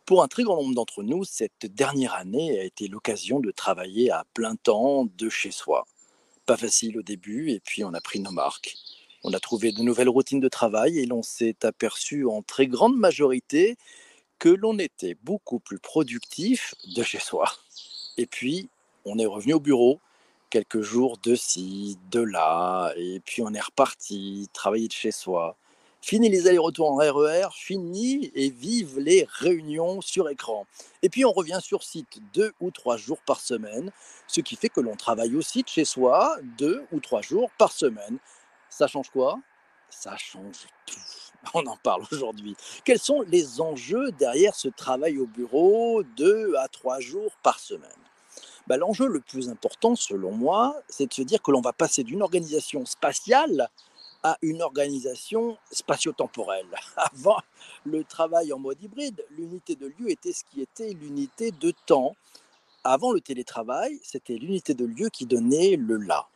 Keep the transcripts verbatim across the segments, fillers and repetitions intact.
Pour un très grand nombre d'entre nous, cette dernière année a été l'occasion de travailler à plein temps de chez soi. Pas facile au début, et puis on a pris nos marques. On a trouvé de nouvelles routines de travail et l'on s'est aperçu en très grande majorité que l'on était beaucoup plus productif de chez soi. Et puis, on est revenu au bureau, quelques jours de ci, de là, et puis on est reparti, travailler de chez soi. Fini les allers-retours en R E R, fini et vive les réunions sur écran. Et puis on revient sur site deux ou trois jours par semaine, ce qui fait que l'on travaille aussi de chez soi deux ou trois jours par semaine. Ça change quoi? Ça change tout. On en parle aujourd'hui. Quels sont les enjeux derrière ce travail au bureau deux à trois jours par semaine? Bah, l'enjeu le plus important, selon moi, c'est de se dire que l'on va passer d'une organisation spatiale à une organisation spatio-temporelle. Avant le travail en mode hybride, l'unité de lieu était ce qui était l'unité de temps. Avant le télétravail, c'était l'unité de lieu qui donnait le là.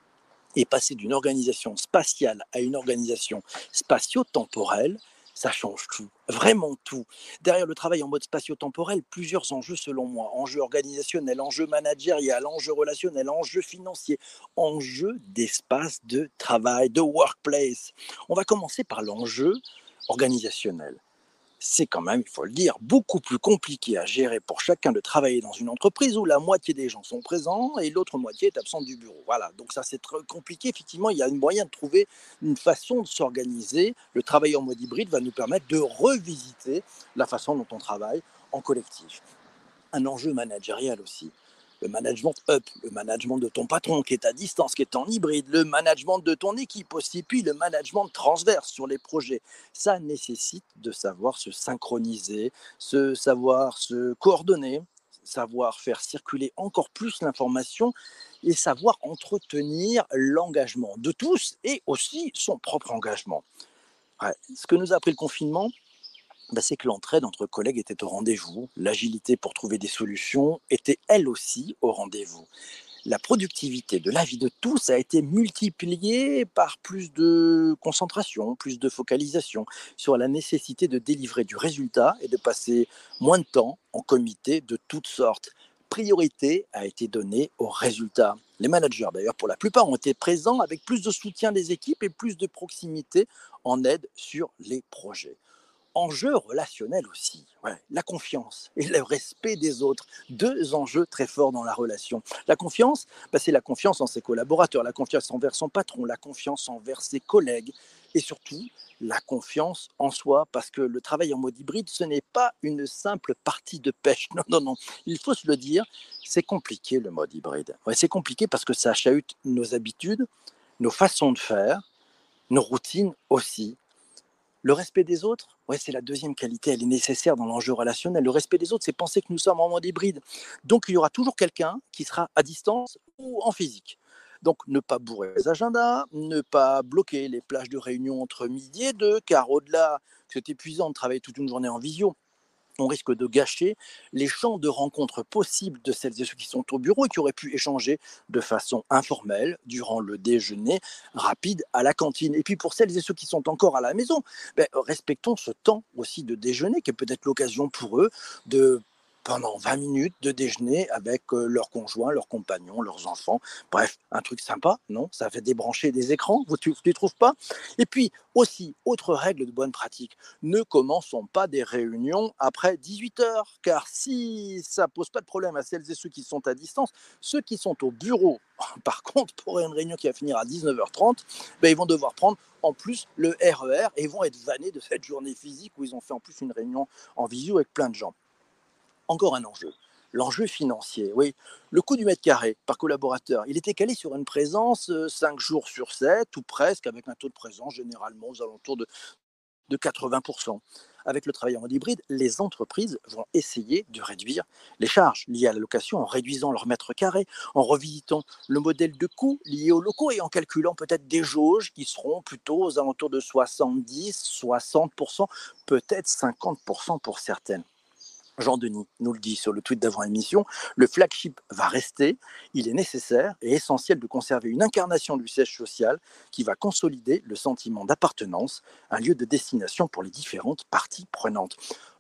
Et passer d'une organisation spatiale à une organisation spatio-temporelle, ça change tout, vraiment tout. Derrière le travail en mode spatio-temporel, plusieurs enjeux selon moi. Enjeu organisationnel, enjeu managérial, enjeu relationnel, enjeu financier, enjeu d'espace de travail, de workplace. On va commencer par l'enjeu organisationnel. C'est quand même, il faut le dire, beaucoup plus compliqué à gérer pour chacun de travailler dans une entreprise où la moitié des gens sont présents et l'autre moitié est absente du bureau. Voilà, donc ça c'est très compliqué. Effectivement, il y a un moyen de trouver une façon de s'organiser. Le travail en mode hybride va nous permettre de revisiter la façon dont on travaille en collectif. Un enjeu managérial aussi. Le management up, le management de ton patron qui est à distance, qui est en hybride, le management de ton équipe aussi, puis le management transverse sur les projets. Ça nécessite de savoir se synchroniser, se savoir se coordonner, savoir faire circuler encore plus l'information et savoir entretenir l'engagement de tous et aussi son propre engagement. Ouais. Ce que nous a appris le confinement, bah, c'est que l'entraide entre collègues était au rendez-vous, l'agilité pour trouver des solutions était elle aussi au rendez-vous. La productivité de la vie de tous a été multipliée par plus de concentration, plus de focalisation sur la nécessité de délivrer du résultat et de passer moins de temps en comité de toutes sortes. Priorité a été donnée aux résultats. Les managers, d'ailleurs, pour la plupart, ont été présents avec plus de soutien des équipes et plus de proximité en aide sur les projets. Enjeu relationnel aussi, ouais, la confiance et le respect des autres, deux enjeux très forts dans la relation. La confiance, bah, c'est la confiance en ses collaborateurs, la confiance envers son patron, la confiance envers ses collègues et surtout la confiance en soi, parce que le travail en mode hybride, ce n'est pas une simple partie de pêche. Non, non, non, il faut se le dire, c'est compliqué le mode hybride. Ouais, c'est compliqué parce que ça chahute nos habitudes, nos façons de faire, nos routines aussi. Le respect des autres, ouais, c'est la deuxième qualité, elle est nécessaire dans l'enjeu relationnel. Le respect des autres, c'est penser que nous sommes en mode hybride. Donc, il y aura toujours quelqu'un qui sera à distance ou en physique. Donc, ne pas bourrer les agendas, ne pas bloquer les plages de réunion entre midi et deux, car au-delà que c'est épuisant de travailler toute une journée en visio, on risque de gâcher les champs de rencontres possibles de celles et ceux qui sont au bureau et qui auraient pu échanger de façon informelle durant le déjeuner rapide à la cantine. Et puis pour celles et ceux qui sont encore à la maison, ben, respectons ce temps aussi de déjeuner qui est peut-être l'occasion pour eux de pendant vingt minutes de déjeuner avec euh, leurs conjoints, leurs compagnons, leurs enfants. Bref, un truc sympa, non? Ça fait débrancher des écrans, vous ne trouves pas? Et puis aussi, autre règle de bonne pratique, ne commençons pas des réunions après dix-huit heures, car si ça ne pose pas de problème à celles et ceux qui sont à distance, ceux qui sont au bureau, par contre, pour une réunion qui va finir à dix-neuf heures trente, ben, ils vont devoir prendre en plus le R E R et vont être vannés de cette journée physique où ils ont fait en plus une réunion en visio avec plein de gens. Encore un enjeu. L'enjeu financier, oui. Le coût du mètre carré par collaborateur, il était calé sur une présence euh, cinq jours sur sept ou presque, avec un taux de présence généralement aux alentours de de quatre-vingts pour cent. Avec le travail en mode hybride, les entreprises vont essayer de réduire les charges liées à la location en réduisant leur mètre carré, en revisitant le modèle de coût lié aux locaux et en calculant peut-être des jauges qui seront plutôt aux alentours de soixante-dix, soixante pour cent, peut-être cinquante pour cent pour certaines. Jean-Denis nous le dit sur le tweet d'avant-émission, le flagship va rester, il est nécessaire et essentiel de conserver une incarnation du siège social qui va consolider le sentiment d'appartenance, un lieu de destination pour les différentes parties prenantes.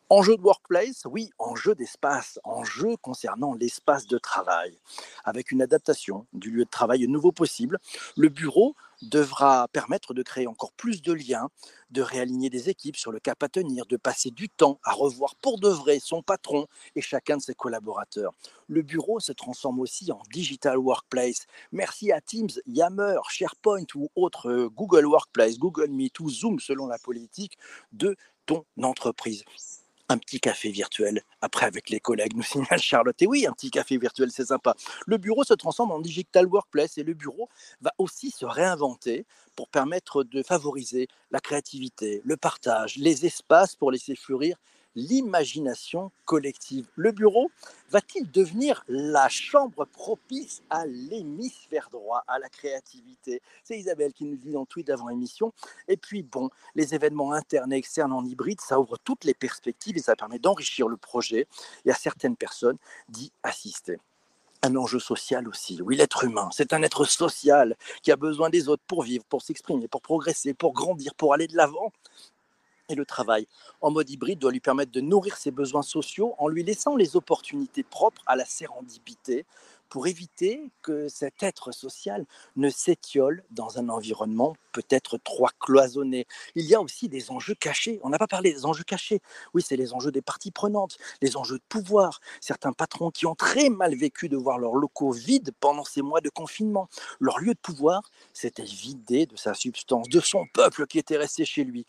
Enjeu de workplace, oui, enjeu d'espace, enjeu concernant l'espace de travail. Avec une adaptation du lieu de travail nouveau possible, le bureau devra permettre de créer encore plus de liens, de réaligner des équipes sur le cap à tenir, de passer du temps à revoir pour de vrai son patron et chacun de ses collaborateurs. Le bureau se transforme aussi en digital workplace. Merci à Teams, Yammer, SharePoint ou autres euh, Google Workplace, Google Meet ou Zoom selon la politique de ton entreprise. Un petit café virtuel, après avec les collègues, nous signale Charlotte. Et oui, un petit café virtuel, c'est sympa. Le bureau se transforme en digital workplace et le bureau va aussi se réinventer pour permettre de favoriser la créativité, le partage, les espaces pour laisser fleurir l'imagination collective. Le bureau va-t-il devenir la chambre propice à l'hémisphère droit, à la créativité? C'est Isabelle qui nous dit dans le tweet d'avant émission. Et puis bon, les événements internes et externes en hybride, ça ouvre toutes les perspectives et ça permet d'enrichir le projet et à certaines personnes d'y assister. Un enjeu social aussi. Oui, l'être humain, c'est un être social qui a besoin des autres pour vivre, pour s'exprimer, pour progresser, pour grandir, pour aller de l'avant. Et le travail en mode hybride doit lui permettre de nourrir ses besoins sociaux en lui laissant les opportunités propres à la sérendipité pour éviter que cet être social ne s'étiole dans un environnement peut-être trop cloisonné. Il y a aussi des enjeux cachés. On n'a pas parlé des enjeux cachés. Oui, c'est les enjeux des parties prenantes, les enjeux de pouvoir. Certains patrons qui ont très mal vécu de voir leurs locaux vides pendant ces mois de confinement. Leur lieu de pouvoir s'était vidé de sa substance, de son peuple qui était resté chez lui.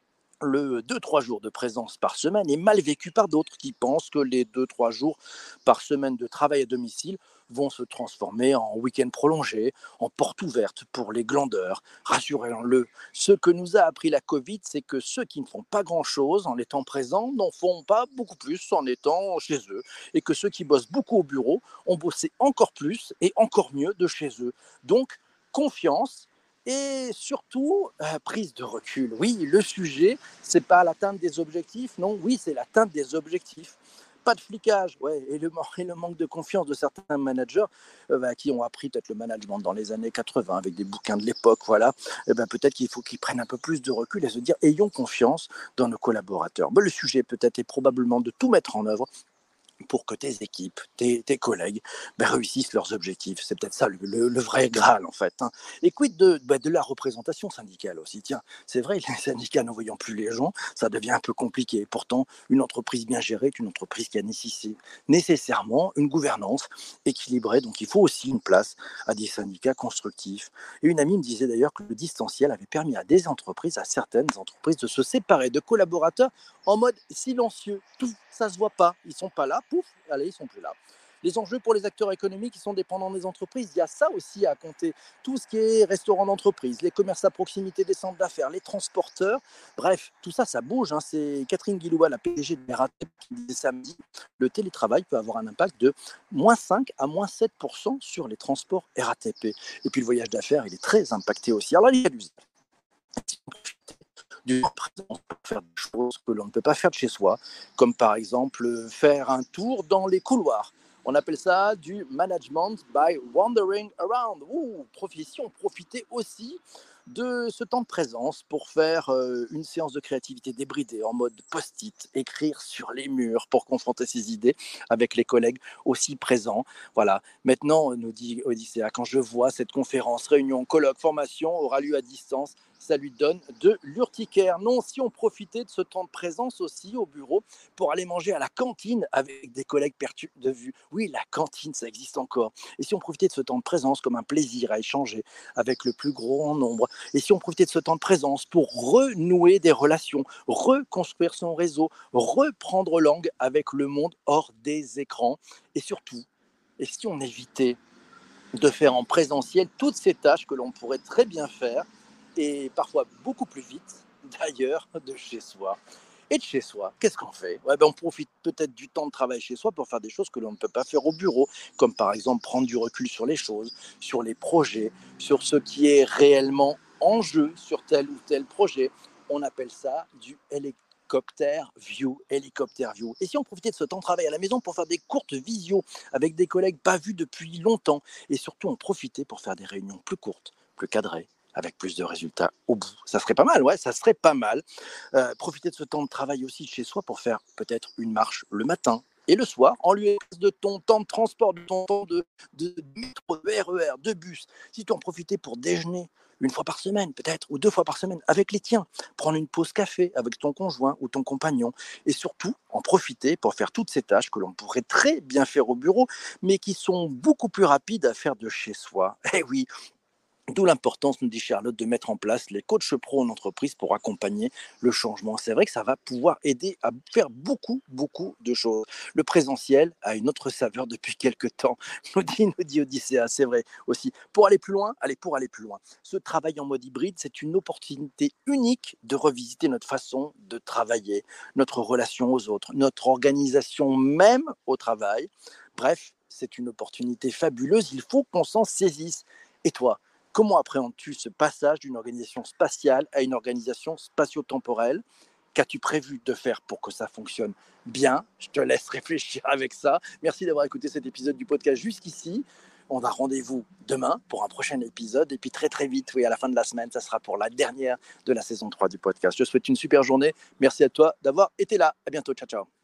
Le deux trois jours de présence par semaine est mal vécu par d'autres qui pensent que les deux trois jours par semaine de travail à domicile vont se transformer en week-end prolongé, en porte ouverte pour les glandeurs. Rassurez-le, ce que nous a appris la Covid, c'est que ceux qui ne font pas grand-chose en étant présents n'en font pas beaucoup plus en étant chez eux, et que ceux qui bossent beaucoup au bureau ont bossé encore plus et encore mieux de chez eux. Donc, confiance et surtout, euh, prise de recul. Oui, le sujet, c'est pas l'atteinte des objectifs, non, oui, c'est l'atteinte des objectifs. Pas de flicage, ouais, et le, et le manque de confiance de certains managers euh, bah, qui ont appris peut-être le management dans les années quatre-vingts avec des bouquins de l'époque, voilà, eh ben, peut-être qu'il faut qu'ils prennent un peu plus de recul et se dire ayons confiance dans nos collaborateurs. Ben, le sujet peut-être est probablement de tout mettre en œuvre pour que tes équipes, tes, tes collègues ben, réussissent leurs objectifs. C'est peut-être ça le, le, le vrai Graal en fait. Hein. Et quid de, ben, de la représentation syndicale aussi. Tiens, c'est vrai, les syndicats ne voyant plus les gens, ça devient un peu compliqué. Pourtant, une entreprise bien gérée est une entreprise qui a nécessité, nécessairement une gouvernance équilibrée. Donc il faut aussi une place à des syndicats constructifs. Et une amie me disait d'ailleurs que le distanciel avait permis à des entreprises, à certaines entreprises, de se séparer de collaborateurs en mode silencieux. Tout, ça se voit pas. Ils sont pas là. Pouf, allez, ils sont plus là. Les enjeux pour les acteurs économiques qui sont dépendants des entreprises, il y a ça aussi à compter. Tout ce qui est restaurants d'entreprise, les commerces à proximité des centres d'affaires, les transporteurs, bref, tout ça, ça bouge. Hein. C'est Catherine Guillouat, la P D G de R A T P, qui disait samedi, le télétravail peut avoir un impact de moins cinq à moins sept pour cent sur les transports R A T P. Et puis le voyage d'affaires, il est très impacté aussi. Alors là, il y a du du présence pour faire des choses que l'on ne peut pas faire de chez soi, comme par exemple faire un tour dans les couloirs. On appelle ça du management by wandering around. Ouh, profession, profitez aussi de ce temps de présence pour faire euh, une séance de créativité débridée en mode post-it, écrire sur les murs pour confronter ses idées avec les collègues aussi présents. Voilà. Maintenant, nous dit Odyssea, quand je vois cette conférence, réunion, colloque, formation aura lieu à distance, ça lui donne de l'urticaire. Non, si on profitait de ce temps de présence aussi au bureau pour aller manger à la cantine avec des collègues pertus de vue. Oui, la cantine, ça existe encore. Et si on profitait de ce temps de présence comme un plaisir à échanger avec le plus grand nombre, et si on profitait de ce temps de présence pour renouer des relations, reconstruire son réseau, reprendre langue avec le monde hors des écrans, et surtout, et si on évitait de faire en présentiel toutes ces tâches que l'on pourrait très bien faire, et parfois beaucoup plus vite, d'ailleurs, de chez soi. Et de chez soi, qu'est-ce qu'on fait? Ouais, ben on profite peut-être du temps de travail chez soi pour faire des choses que l'on ne peut pas faire au bureau, comme par exemple prendre du recul sur les choses, sur les projets, sur ce qui est réellement en jeu sur tel ou tel projet. On appelle ça du hélicoptère view, hélicoptère view. Et si on profitait de ce temps de travail à la maison pour faire des courtes visios avec des collègues pas vus depuis longtemps, et surtout en profiter pour faire des réunions plus courtes, plus cadrées, avec plus de résultats au bout. Ça serait pas mal, ouais, ça serait pas mal. Euh, profiter de ce temps de travail aussi de chez soi pour faire peut-être une marche le matin et le soir, en lieu de ton temps de transport, de ton temps de, de métro, de R E R, de bus. Si tu en profitais pour déjeuner une fois par semaine, peut-être, ou deux fois par semaine, avec les tiens, prendre une pause café avec ton conjoint ou ton compagnon, et surtout en profiter pour faire toutes ces tâches que l'on pourrait très bien faire au bureau, mais qui sont beaucoup plus rapides à faire de chez soi. Eh oui, d'où l'importance, nous dit Charlotte, de mettre en place les coachs pro en entreprise pour accompagner le changement. C'est vrai que ça va pouvoir aider à faire beaucoup, beaucoup de choses. Le présentiel a une autre saveur depuis quelques temps, nous dit, nous dit Odyssea, c'est vrai aussi. Pour aller plus loin, allez, pour aller plus loin, ce travail en mode hybride, c'est une opportunité unique de revisiter notre façon de travailler, notre relation aux autres, notre organisation même au travail. Bref, c'est une opportunité fabuleuse, il faut qu'on s'en saisisse. Et toi, comment appréhendes-tu ce passage d'une organisation spatiale à une organisation spatio-temporelle? Qu'as-tu prévu de faire pour que ça fonctionne bien? Je te laisse réfléchir avec ça. Merci d'avoir écouté cet épisode du podcast jusqu'ici. On a rendez-vous demain pour un prochain épisode. Et puis très très vite, oui, à la fin de la semaine, ça sera pour la dernière de la saison trois du podcast. Je te souhaite une super journée. Merci à toi d'avoir été là. À bientôt. Ciao, ciao.